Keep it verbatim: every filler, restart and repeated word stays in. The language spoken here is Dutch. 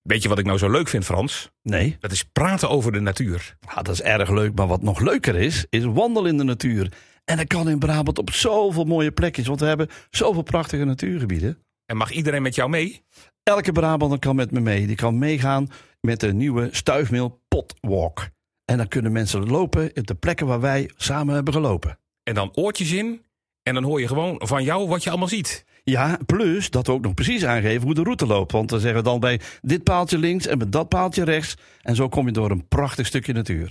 Weet je wat ik nou zo leuk vind, Frans? Nee, Dat is praten over de natuur. ja, dat is erg leuk. Maar wat nog leuker is, is wandelen in de natuur. En dat kan in Brabant op zoveel mooie plekjes. Want we hebben zoveel prachtige natuurgebieden. En mag iedereen met jou mee? Elke Brabander kan met me mee. Die kan meegaan met de nieuwe Stuifmeel Potwalk. En dan kunnen mensen lopen op de plekken waar wij samen hebben gelopen. En dan oortjes in. En dan hoor je gewoon van jou wat je allemaal ziet. Ja, plus dat we ook nog precies aangeven hoe de route loopt. Want dan zeggen we dan bij dit paaltje links en met dat paaltje rechts. En zo kom je door een prachtig stukje natuur.